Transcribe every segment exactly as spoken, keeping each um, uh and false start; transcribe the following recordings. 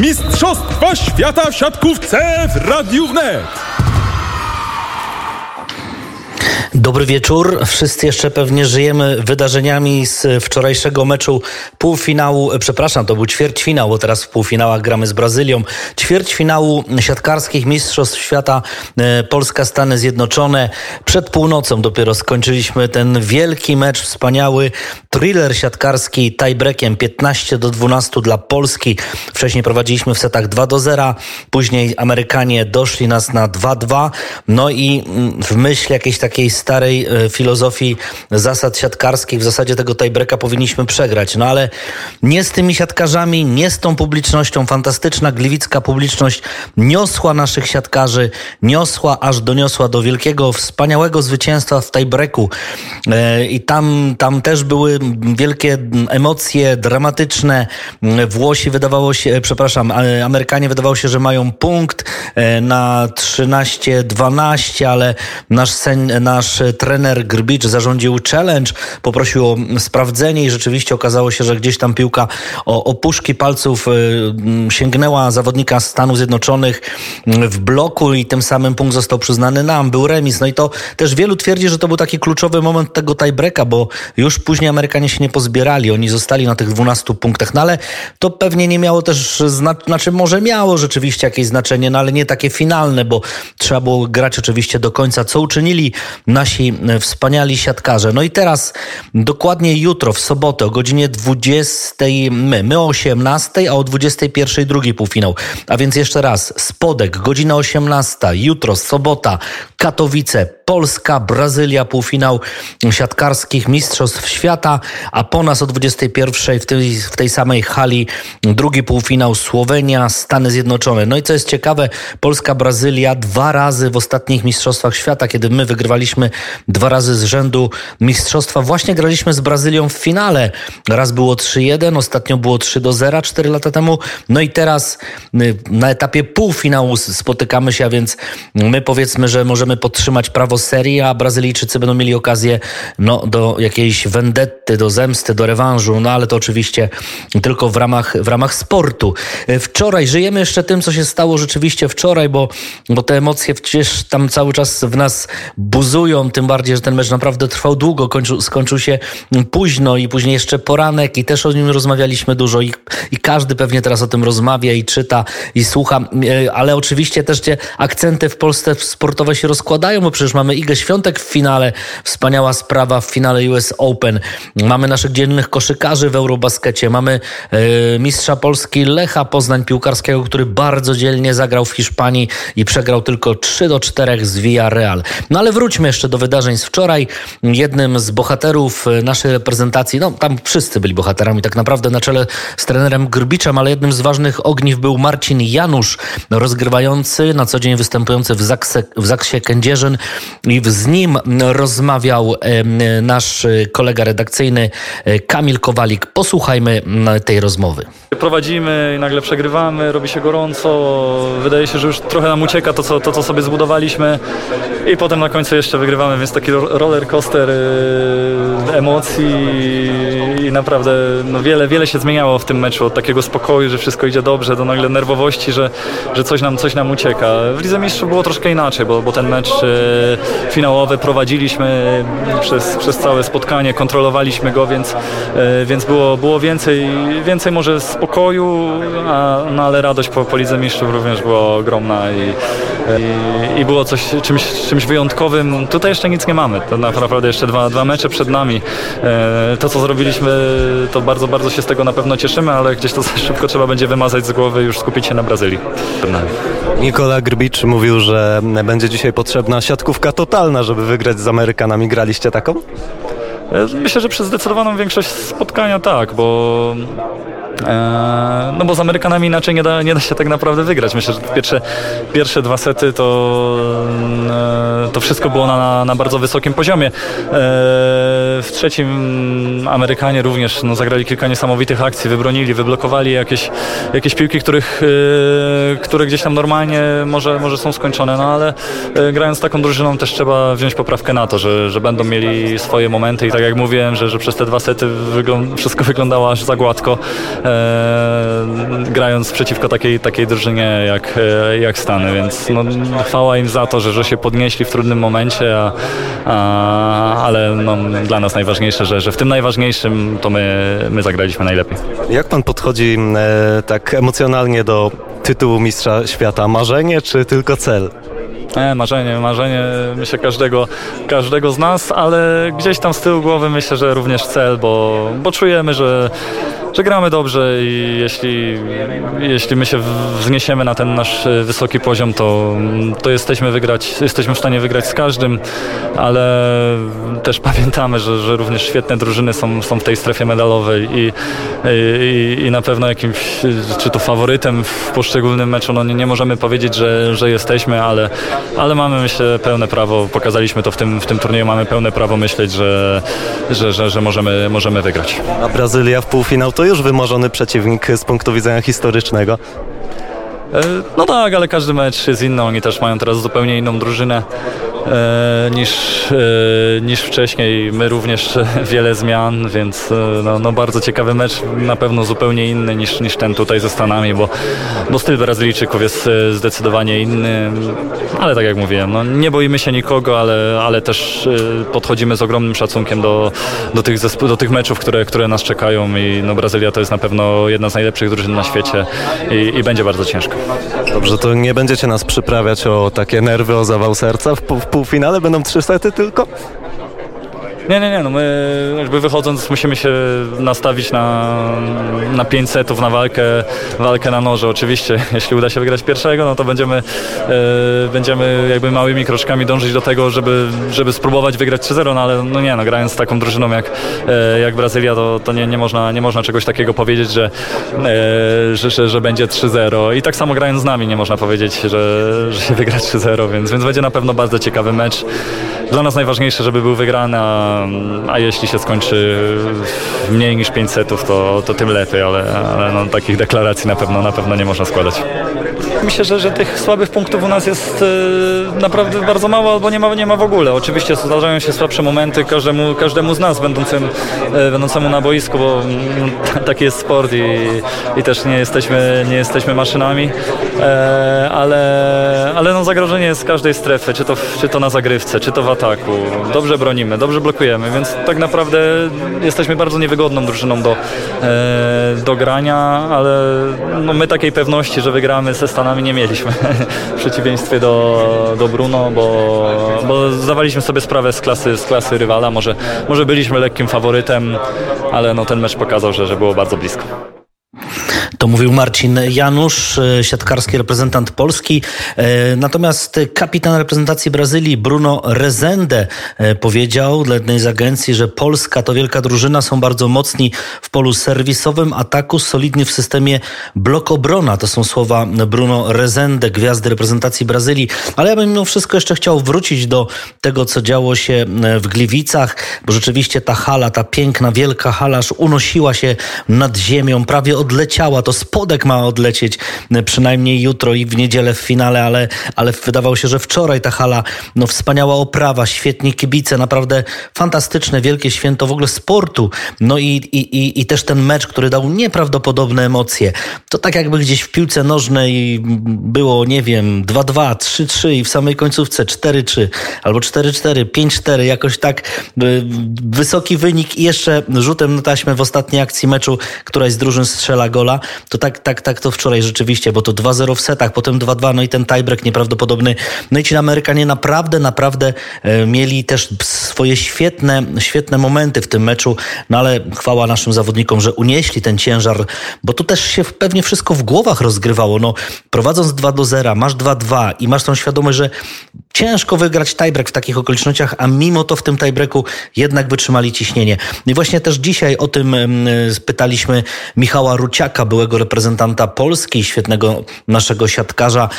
Mistrzostwa Świata w siatkówce w Radiu Wnet. Dobry wieczór. Wszyscy jeszcze pewnie żyjemy wydarzeniami z wczorajszego meczu półfinału, przepraszam, to był ćwierćfinał, bo teraz w półfinałach gramy z Brazylią. Ćwierćfinału siatkarskich Mistrzostw Świata Polska-Stany Zjednoczone. Przed północą dopiero skończyliśmy ten wielki mecz, wspaniały thriller siatkarski tiebreakiem piętnaście do dwunastu dla Polski. Wcześniej prowadziliśmy w setach dwa do zera, później Amerykanie doszli nas na dwa dwa. No i w myśl jakiejś takiej starej filozofii zasad siatkarskich w zasadzie tego tiebreaka powinniśmy przegrać. No ale nie z tymi siatkarzami, nie z tą publicznością. Fantastyczna gliwicka publiczność niosła naszych siatkarzy, niosła, aż doniosła do wielkiego, wspaniałego zwycięstwa w tiebreaku. I tam, tam też były wielkie emocje dramatyczne. Włosi wydawało się, przepraszam, Amerykanie wydawało się, że mają punkt na trzynaście dwanaście, ale nasz sen, nasz trener Grbicz zarządził challenge, poprosił o sprawdzenie i rzeczywiście okazało się, że gdzieś tam piłka o opuszki palców sięgnęła zawodnika Stanów Zjednoczonych w bloku i tym samym punkt został przyznany nam. Był remis. No i to też wielu twierdzi, że to był taki kluczowy moment tego tiebreaka, bo już później Amerykanie się nie pozbierali. Oni zostali na tych dwunastu punktach. No ale to pewnie nie miało też, zna- znaczy może miało rzeczywiście jakieś znaczenie, no ale nie takie finalne, bo trzeba było grać oczywiście do końca, co uczynili nasi wspaniali siatkarze. No i teraz dokładnie jutro, w sobotę o godzinie dwudziestej, my, my o osiemnastej, a o dwudziestej pierwszej drugi półfinał. A więc jeszcze raz, Spodek, godzina osiemnasta, jutro, sobota, Katowice, Polska, Brazylia, półfinał siatkarskich Mistrzostw Świata, a po nas o dwudziestej pierwszej w tej, w tej samej hali drugi półfinał Słowenia, Stany Zjednoczone. No i co jest ciekawe, Polska, Brazylia dwa razy w ostatnich Mistrzostwach Świata, kiedy my wygrywaliśmy dwa razy z rzędu mistrzostwa, właśnie graliśmy z Brazylią w finale. Raz było trzy jeden, ostatnio było trzy do zera cztery lata temu. No i teraz na etapie półfinału spotykamy się, a więc my powiedzmy, że możemy podtrzymać prawo serii, a Brazylijczycy będą mieli okazję no, do jakiejś vendetty, do zemsty, do rewanżu, no ale to oczywiście tylko w ramach, w ramach sportu. Wczoraj żyjemy jeszcze tym, co się stało rzeczywiście wczoraj, bo, bo te emocje przecież tam cały czas w nas buzują, tym bardziej, że ten mecz naprawdę trwał długo, kończył, skończył się późno i później jeszcze poranek i też o nim rozmawialiśmy dużo i, i każdy pewnie teraz o tym rozmawia i czyta i słucha, ale oczywiście też te akcenty w Polsce sportowe się rozkładają, bo przecież mamy Igę Świątek w finale, wspaniała sprawa w finale U S Open, mamy naszych dzielnych koszykarzy w Eurobaskecie, mamy e, mistrza Polski Lecha Poznań piłkarskiego, który bardzo dzielnie zagrał w Hiszpanii i przegrał tylko trzy do czterech z Villarreal. No ale wróćmy jeszcze do wydarzeń z wczoraj. Jednym z bohaterów naszej reprezentacji, no tam wszyscy byli bohaterami tak naprawdę na czele z trenerem Grbiczem, ale jednym z ważnych ogniw był Marcin Janusz, rozgrywający, na co dzień występujący w, Zakse, w Zaksie Kędzierzyn i z nim rozmawiał e, nasz kolega redakcyjny e, Kamil Kowalik. Posłuchajmy tej rozmowy. Prowadzimy i nagle przegrywamy, robi się gorąco, wydaje się, że już trochę nam ucieka to, co, to, co sobie zbudowaliśmy i potem na końcu jeszcze wygrywamy, więc taki roller coaster emocji i naprawdę no wiele, wiele się zmieniało w tym meczu, od takiego spokoju, że wszystko idzie dobrze, do nagle nerwowości, że, że coś nam, coś nam ucieka. W Lidze Mistrzów było troszkę inaczej, bo, bo ten mecz finałowy prowadziliśmy przez, przez całe spotkanie, kontrolowaliśmy go, więc, więc było, było więcej, więcej może spokoju, a, no ale radość po, po Lidze Mistrzów również była ogromna i, i, i było coś czymś, czymś wyjątkowym. Tutaj jeszcze nic nie mamy, to naprawdę jeszcze dwa, dwa mecze przed nami. To, co zrobiliśmy, to bardzo, bardzo się z tego na pewno cieszymy, ale gdzieś to szybko trzeba będzie wymazać z głowy i już skupić się na Brazylii. Nikola Grbicz mówił, że będzie dzisiaj potrzebna siatkówka totalna, żeby wygrać z Amerykanami. Graliście taką? Myślę, że przez zdecydowaną większość spotkania tak, bo No bo z Amerykanami inaczej nie da, nie da się tak naprawdę wygrać. Myślę, że pierwsze, pierwsze dwa sety to, to wszystko było na, na bardzo wysokim poziomie. W trzecim Amerykanie również no, zagrali kilka niesamowitych akcji, wybronili, wyblokowali jakieś, jakieś piłki, których, które gdzieś tam normalnie może, może są skończone, no ale grając z taką drużyną też trzeba wziąć poprawkę na to, że, że będą mieli swoje momenty i tak jak mówiłem, że, że przez te dwa sety wygląd- wszystko wyglądało aż za gładko. grając przeciwko takiej, takiej drużynie jak, jak Stany, więc no, chwała im za to, że, że się podnieśli w trudnym momencie, a, a, ale no, dla nas najważniejsze, że, że w tym najważniejszym to my, my zagraliśmy najlepiej. Jak pan podchodzi e, tak emocjonalnie do tytułu mistrza świata? Marzenie czy tylko cel? Nie, marzenie, marzenie myślę każdego, każdego z nas, ale gdzieś tam z tyłu głowy myślę, że również cel, bo, bo czujemy, że, że gramy dobrze i jeśli, jeśli my się wzniesiemy na ten nasz wysoki poziom, to, to jesteśmy, wygrać, jesteśmy w stanie wygrać z każdym, ale też pamiętamy, że, że również świetne drużyny są, są w tej strefie medalowej i, i, i na pewno jakimś, czy to faworytem w poszczególnym meczu, no nie, nie możemy powiedzieć, że, że jesteśmy, ale Ale mamy, myślę, pełne prawo, pokazaliśmy to w tym, w tym turnieju, mamy pełne prawo myśleć, że, że, że, że możemy, możemy wygrać. A Brazylia w półfinał to już wymarzony przeciwnik z punktu widzenia historycznego. No tak, ale każdy mecz jest inny, oni też mają teraz zupełnie inną drużynę e, niż, e, niż wcześniej. My również wiele zmian, więc no, no bardzo ciekawy mecz, na pewno zupełnie inny niż, niż ten tutaj ze Stanami, bo, bo styl Brazylijczyków jest zdecydowanie inny, ale tak jak mówiłem, no, nie boimy się nikogo, ale, ale też podchodzimy z ogromnym szacunkiem do, do, tych, zespo- do tych meczów, które, które nas czekają i no, Brazylia to jest na pewno jedna z najlepszych drużyn na świecie i, i będzie bardzo ciężko. Dobrze, to nie będziecie nas przyprawiać o takie nerwy, o zawał serca w, w półfinale? Będą trzy sety tylko? Nie, nie, nie, no my jakby wychodząc musimy się nastawić na, na pięć setów, na walkę, walkę na noże. Oczywiście, jeśli uda się wygrać pierwszego, no to będziemy, e, będziemy jakby małymi kroczkami dążyć do tego, żeby, żeby spróbować wygrać trzy zero, no ale no nie, no grając z taką drużyną jak, e, jak Brazylia, to, to nie, nie, można, nie można czegoś takiego powiedzieć, że, e, że, że, że będzie trzy zero. I tak samo grając z nami nie można powiedzieć, że, że się wygra trzy zero, więc, więc będzie na pewno bardzo ciekawy mecz. Dla nas najważniejsze, żeby był wygrany, a, a jeśli się skończy mniej niż pięć setów, to, to tym lepiej, ale, ale no, takich deklaracji na pewno, na pewno nie można składać. Myślę, że, że tych słabych punktów u nas jest e, naprawdę bardzo mało albo nie ma, nie ma w ogóle. Oczywiście zdarzają się słabsze momenty każdemu, każdemu z nas będącym, e, będącemu na boisku, bo m, taki jest sport i, i też nie jesteśmy, nie jesteśmy maszynami, e, ale, ale no, zagrożenie jest z każdej strefy, czy to, czy to na zagrywce, czy to w ataku. Dobrze bronimy, dobrze blokujemy, więc tak naprawdę jesteśmy bardzo niewygodną drużyną do, e, do grania, ale no, my takiej pewności, że wygramy ze Stanami nie mieliśmy w przeciwieństwie do, do Bruno, bo, bo zdawaliśmy sobie sprawę z klasy, z klasy rywala. Może, może byliśmy lekkim faworytem, ale no, ten mecz pokazał, że, że było bardzo blisko. To mówił Marcin Janusz, siatkarski reprezentant Polski. Natomiast kapitan reprezentacji Brazylii Bruno Rezende powiedział dla jednej z agencji, że Polska to wielka drużyna, są bardzo mocni w polu serwisowym, ataku, solidni w systemie blok-obrona. To są słowa Bruno Rezende, gwiazdy reprezentacji Brazylii. Ale ja bym mimo wszystko jeszcze chciał wrócić do tego, co działo się w Gliwicach, bo rzeczywiście ta hala, ta piękna, wielka hala aż unosiła się nad ziemią, prawie odleciała. To spodek ma odlecieć przynajmniej jutro i w niedzielę w finale, ale, ale wydawało się, że wczoraj ta hala, no wspaniała oprawa, świetni kibice, naprawdę fantastyczne, wielkie święto w ogóle sportu. No i, i, i, i też ten mecz, który dał nieprawdopodobne emocje. To tak jakby gdzieś w piłce nożnej było, nie wiem, dwa dwa, trzy trzy i w samej końcówce cztery trzy albo cztery cztery, pięć cztery, jakoś tak wysoki wynik i jeszcze rzutem na taśmę w ostatniej akcji meczu któraś z drużyn strzela gola. To tak, tak, tak to wczoraj rzeczywiście, bo to dwa zero w setach, potem dwa dwa, no i ten tiebreak nieprawdopodobny. No i ci Amerykanie naprawdę, naprawdę e, mieli też swoje świetne, świetne momenty w tym meczu, no ale chwała naszym zawodnikom, że unieśli ten ciężar, bo tu też się pewnie wszystko w głowach rozgrywało. No, prowadząc dwa do zera, masz dwa dwa i masz tą świadomość, że ciężko wygrać tiebreak w takich okolicznościach, a mimo to w tym tiebreaku jednak wytrzymali ciśnienie. I właśnie też dzisiaj o tym pytaliśmy Michała Ruciaka, byłego reprezentanta Polski, świetnego naszego siatkarza,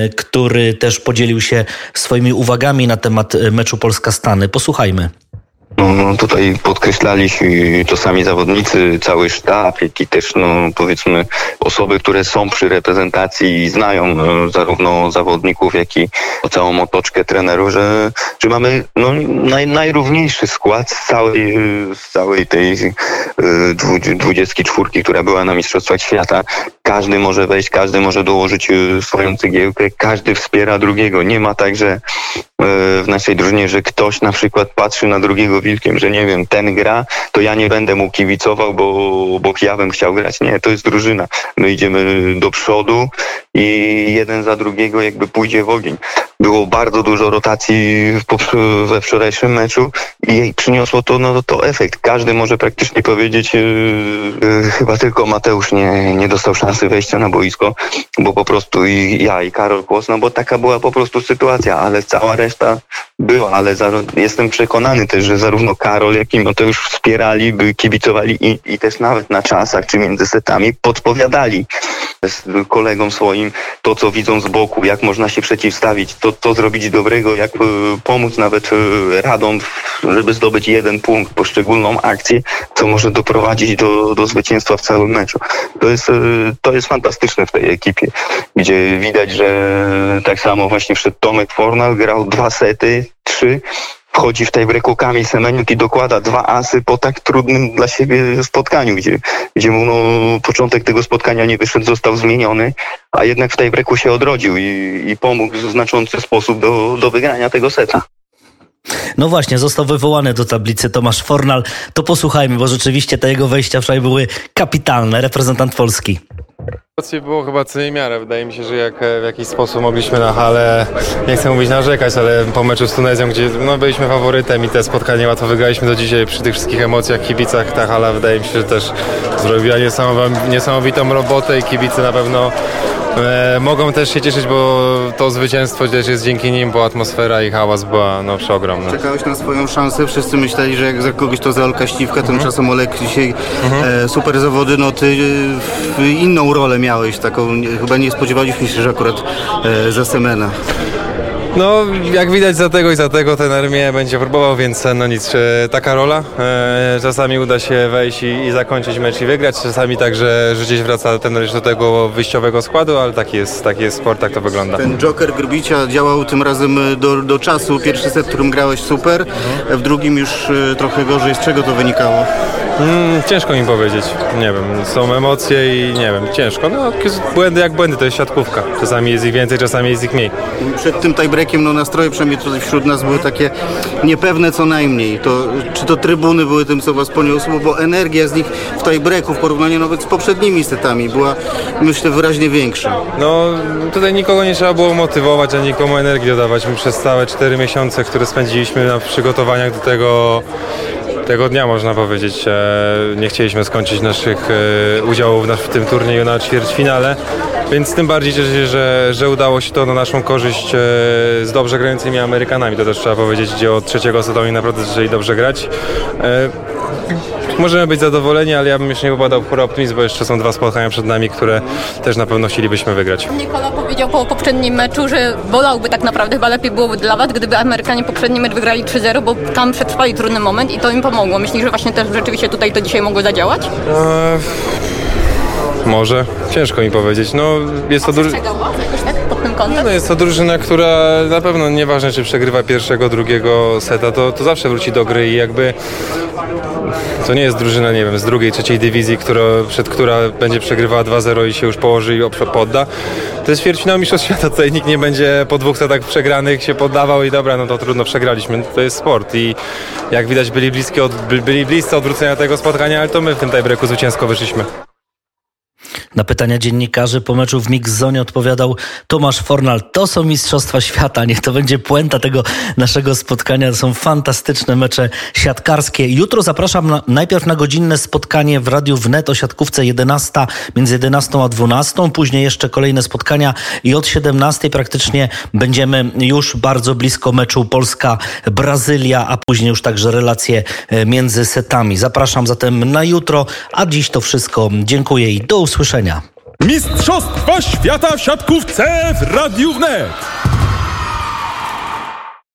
który też podzielił się swoimi uwagami na temat meczu Polska-Stany. Posłuchajmy. No, tutaj podkreślaliśmy to sami zawodnicy, cały sztab, jak i też, no, powiedzmy, osoby, które są przy reprezentacji i znają no, zarówno zawodników, jak i całą otoczkę trenerów, że, że mamy no, naj, najrówniejszy skład z całej, z całej tej dwudziestki czwórki, która była na Mistrzostwach Świata. Każdy może wejść, każdy może dołożyć swoją cegiełkę, każdy wspiera drugiego. Nie ma tak, że w naszej drużynie, że ktoś na przykład patrzy na drugiego wilkiem, że nie wiem, ten gra, to ja nie będę mu kibicował, bo, bo ja bym chciał grać. Nie, to jest drużyna. My idziemy do przodu i jeden za drugiego jakby pójdzie w ogień. Było bardzo dużo rotacji we wczorajszym meczu i jej przyniosło to, no, to efekt. Każdy może praktycznie powiedzieć, yy, yy, chyba tylko Mateusz nie, nie dostał szansy wejścia na boisko, bo po prostu i ja i Karol Kłos, no bo taka była po prostu sytuacja, ale cała reszta była, ale za, jestem przekonany też, że zarówno Karol, jak i Mateusz wspierali, by kibicowali i, i też nawet na czasach czy między setami podpowiadali z kolegom swoim to, co widzą z boku, jak można się przeciwstawić, to, to zrobić dobrego, jak y, pomóc nawet y, radom, żeby zdobyć jeden punkt, poszczególną akcję, co może doprowadzić do, do zwycięstwa w całym meczu. To jest, y, to jest fantastyczne w tej ekipie, gdzie widać, że tak samo właśnie wszedł Tomek Fornal, grał dwa sety, trzy, wchodzi w tej breaku Kamil Semeniuk i dokłada dwa asy po tak trudnym dla siebie spotkaniu, gdzie, gdzie mu no, początek tego spotkania nie wyszedł, został zmieniony, a jednak w tej breaku się odrodził i, i pomógł w znaczący sposób do, do wygrania tego seta. No właśnie, został wywołany do tablicy Tomasz Fornal. To posłuchajmy, bo rzeczywiście te jego wejścia wczoraj były kapitalne. Reprezentant Polski. Było chyba co niemiarę. Wydaje mi się, że jak w jakiś sposób mogliśmy na halę, nie chcę mówić narzekać, ale po meczu z Tunezją, gdzie no, byliśmy faworytem i te spotkanie łatwo wygraliśmy do dzisiaj przy tych wszystkich emocjach, kibicach, ta hala wydaje mi się, że też zrobiła niesamowitą robotę i kibice na pewno e, mogą też się cieszyć, bo to zwycięstwo też jest dzięki nim, bo atmosfera i hałas była no, przeogromna. Czekałeś na swoją szansę, wszyscy myśleli, że jak za kogoś to za Olka Śliwka, mhm. tymczasem Olek dzisiaj mhm. e, super zawody, no ty e, inną rolę miałeś, taką, chyba nie spodziewaliśmy się, że akurat e, za Semena. No, jak widać za tego i za tego trener mnie będzie próbował, więc no nic, taka rola. E, czasami uda się wejść i, i zakończyć mecz i wygrać, czasami także, że gdzieś wraca trener już do tego wyjściowego składu, ale taki jest, taki jest sport, tak to wygląda. Ten Joker Grbicia działał tym razem do, do czasu. Pierwszy set, w którym grałeś super, mhm. w drugim już trochę gorzej. Z czego to wynikało? Hmm, ciężko mi powiedzieć, nie wiem, są emocje i nie wiem, ciężko. No, błędy jak błędy, to jest siatkówka. Czasami jest ich więcej, czasami jest ich mniej. Przed tym tiebreakiem no, nastroje przynajmniej tutaj wśród nas były takie niepewne co najmniej. To, czy to trybuny były tym, co was poniosło, bo energia z nich w tiebreaku w porównaniu nawet z poprzednimi setami była, myślę, wyraźnie większa. No, tutaj nikogo nie trzeba było motywować, a nikomu energii dodawać. My przez całe cztery miesiące, które spędziliśmy na przygotowaniach do tego Tego dnia można powiedzieć, nie chcieliśmy skończyć naszych udziałów w tym turnieju na ćwierćfinale, więc tym bardziej cieszę się, że, że udało się to na naszą korzyść z dobrze grającymi Amerykanami. To też trzeba powiedzieć, gdzie od trzeciego seta oni naprawdę zaczęli dobrze grać. Możemy być zadowoleni, ale ja bym jeszcze nie popadał w optymizm, bo jeszcze są dwa spotkania przed nami, które też na pewno chcielibyśmy wygrać. Nikola powiedział po poprzednim meczu, że wolałby tak naprawdę, chyba lepiej byłoby dla was, gdyby Amerykanie poprzedni mecz wygrali trzy zero, bo tam przetrwali trudny moment i to im pomogło. Myślisz, że właśnie też rzeczywiście tutaj to dzisiaj mogło zadziałać? Eee, może. Ciężko mi powiedzieć. No, jest to drużyna... No, jest to drużyna, która na pewno nieważne, czy przegrywa pierwszego, drugiego seta, to, to zawsze wróci do gry i jakby to nie jest drużyna, nie wiem, z drugiej, trzeciej dywizji, która, przed która będzie przegrywała dwa zero i się już położy i podda. To jest ćwierćfinał Mistrzostw Świata, tutaj nikt nie będzie po dwóch setach przegranych się poddawał i dobra, no to trudno, przegraliśmy. To jest sport i jak widać byli, bliskie od, byli bliscy odwrócenia tego spotkania, ale to my w tym tiebreaku zwycięsko wyszliśmy. Na pytania dziennikarzy po meczu w Mix Zone odpowiadał Tomasz Fornal. To są Mistrzostwa Świata, niech to będzie puenta tego naszego spotkania. To są fantastyczne mecze siatkarskie. Jutro zapraszam na, najpierw na godzinne spotkanie w Radiu Wnet o siatkówce jedenasta, między jedenastą a dwunastą. Później jeszcze kolejne spotkania i od siedemnastej praktycznie będziemy już bardzo blisko meczu Polska-Brazylia, a później już także relacje między setami. Zapraszam zatem na jutro, a dziś to wszystko. Dziękuję i do usłyszenia. Mistrzostwa Świata w siatkówce w Radiu Wnet.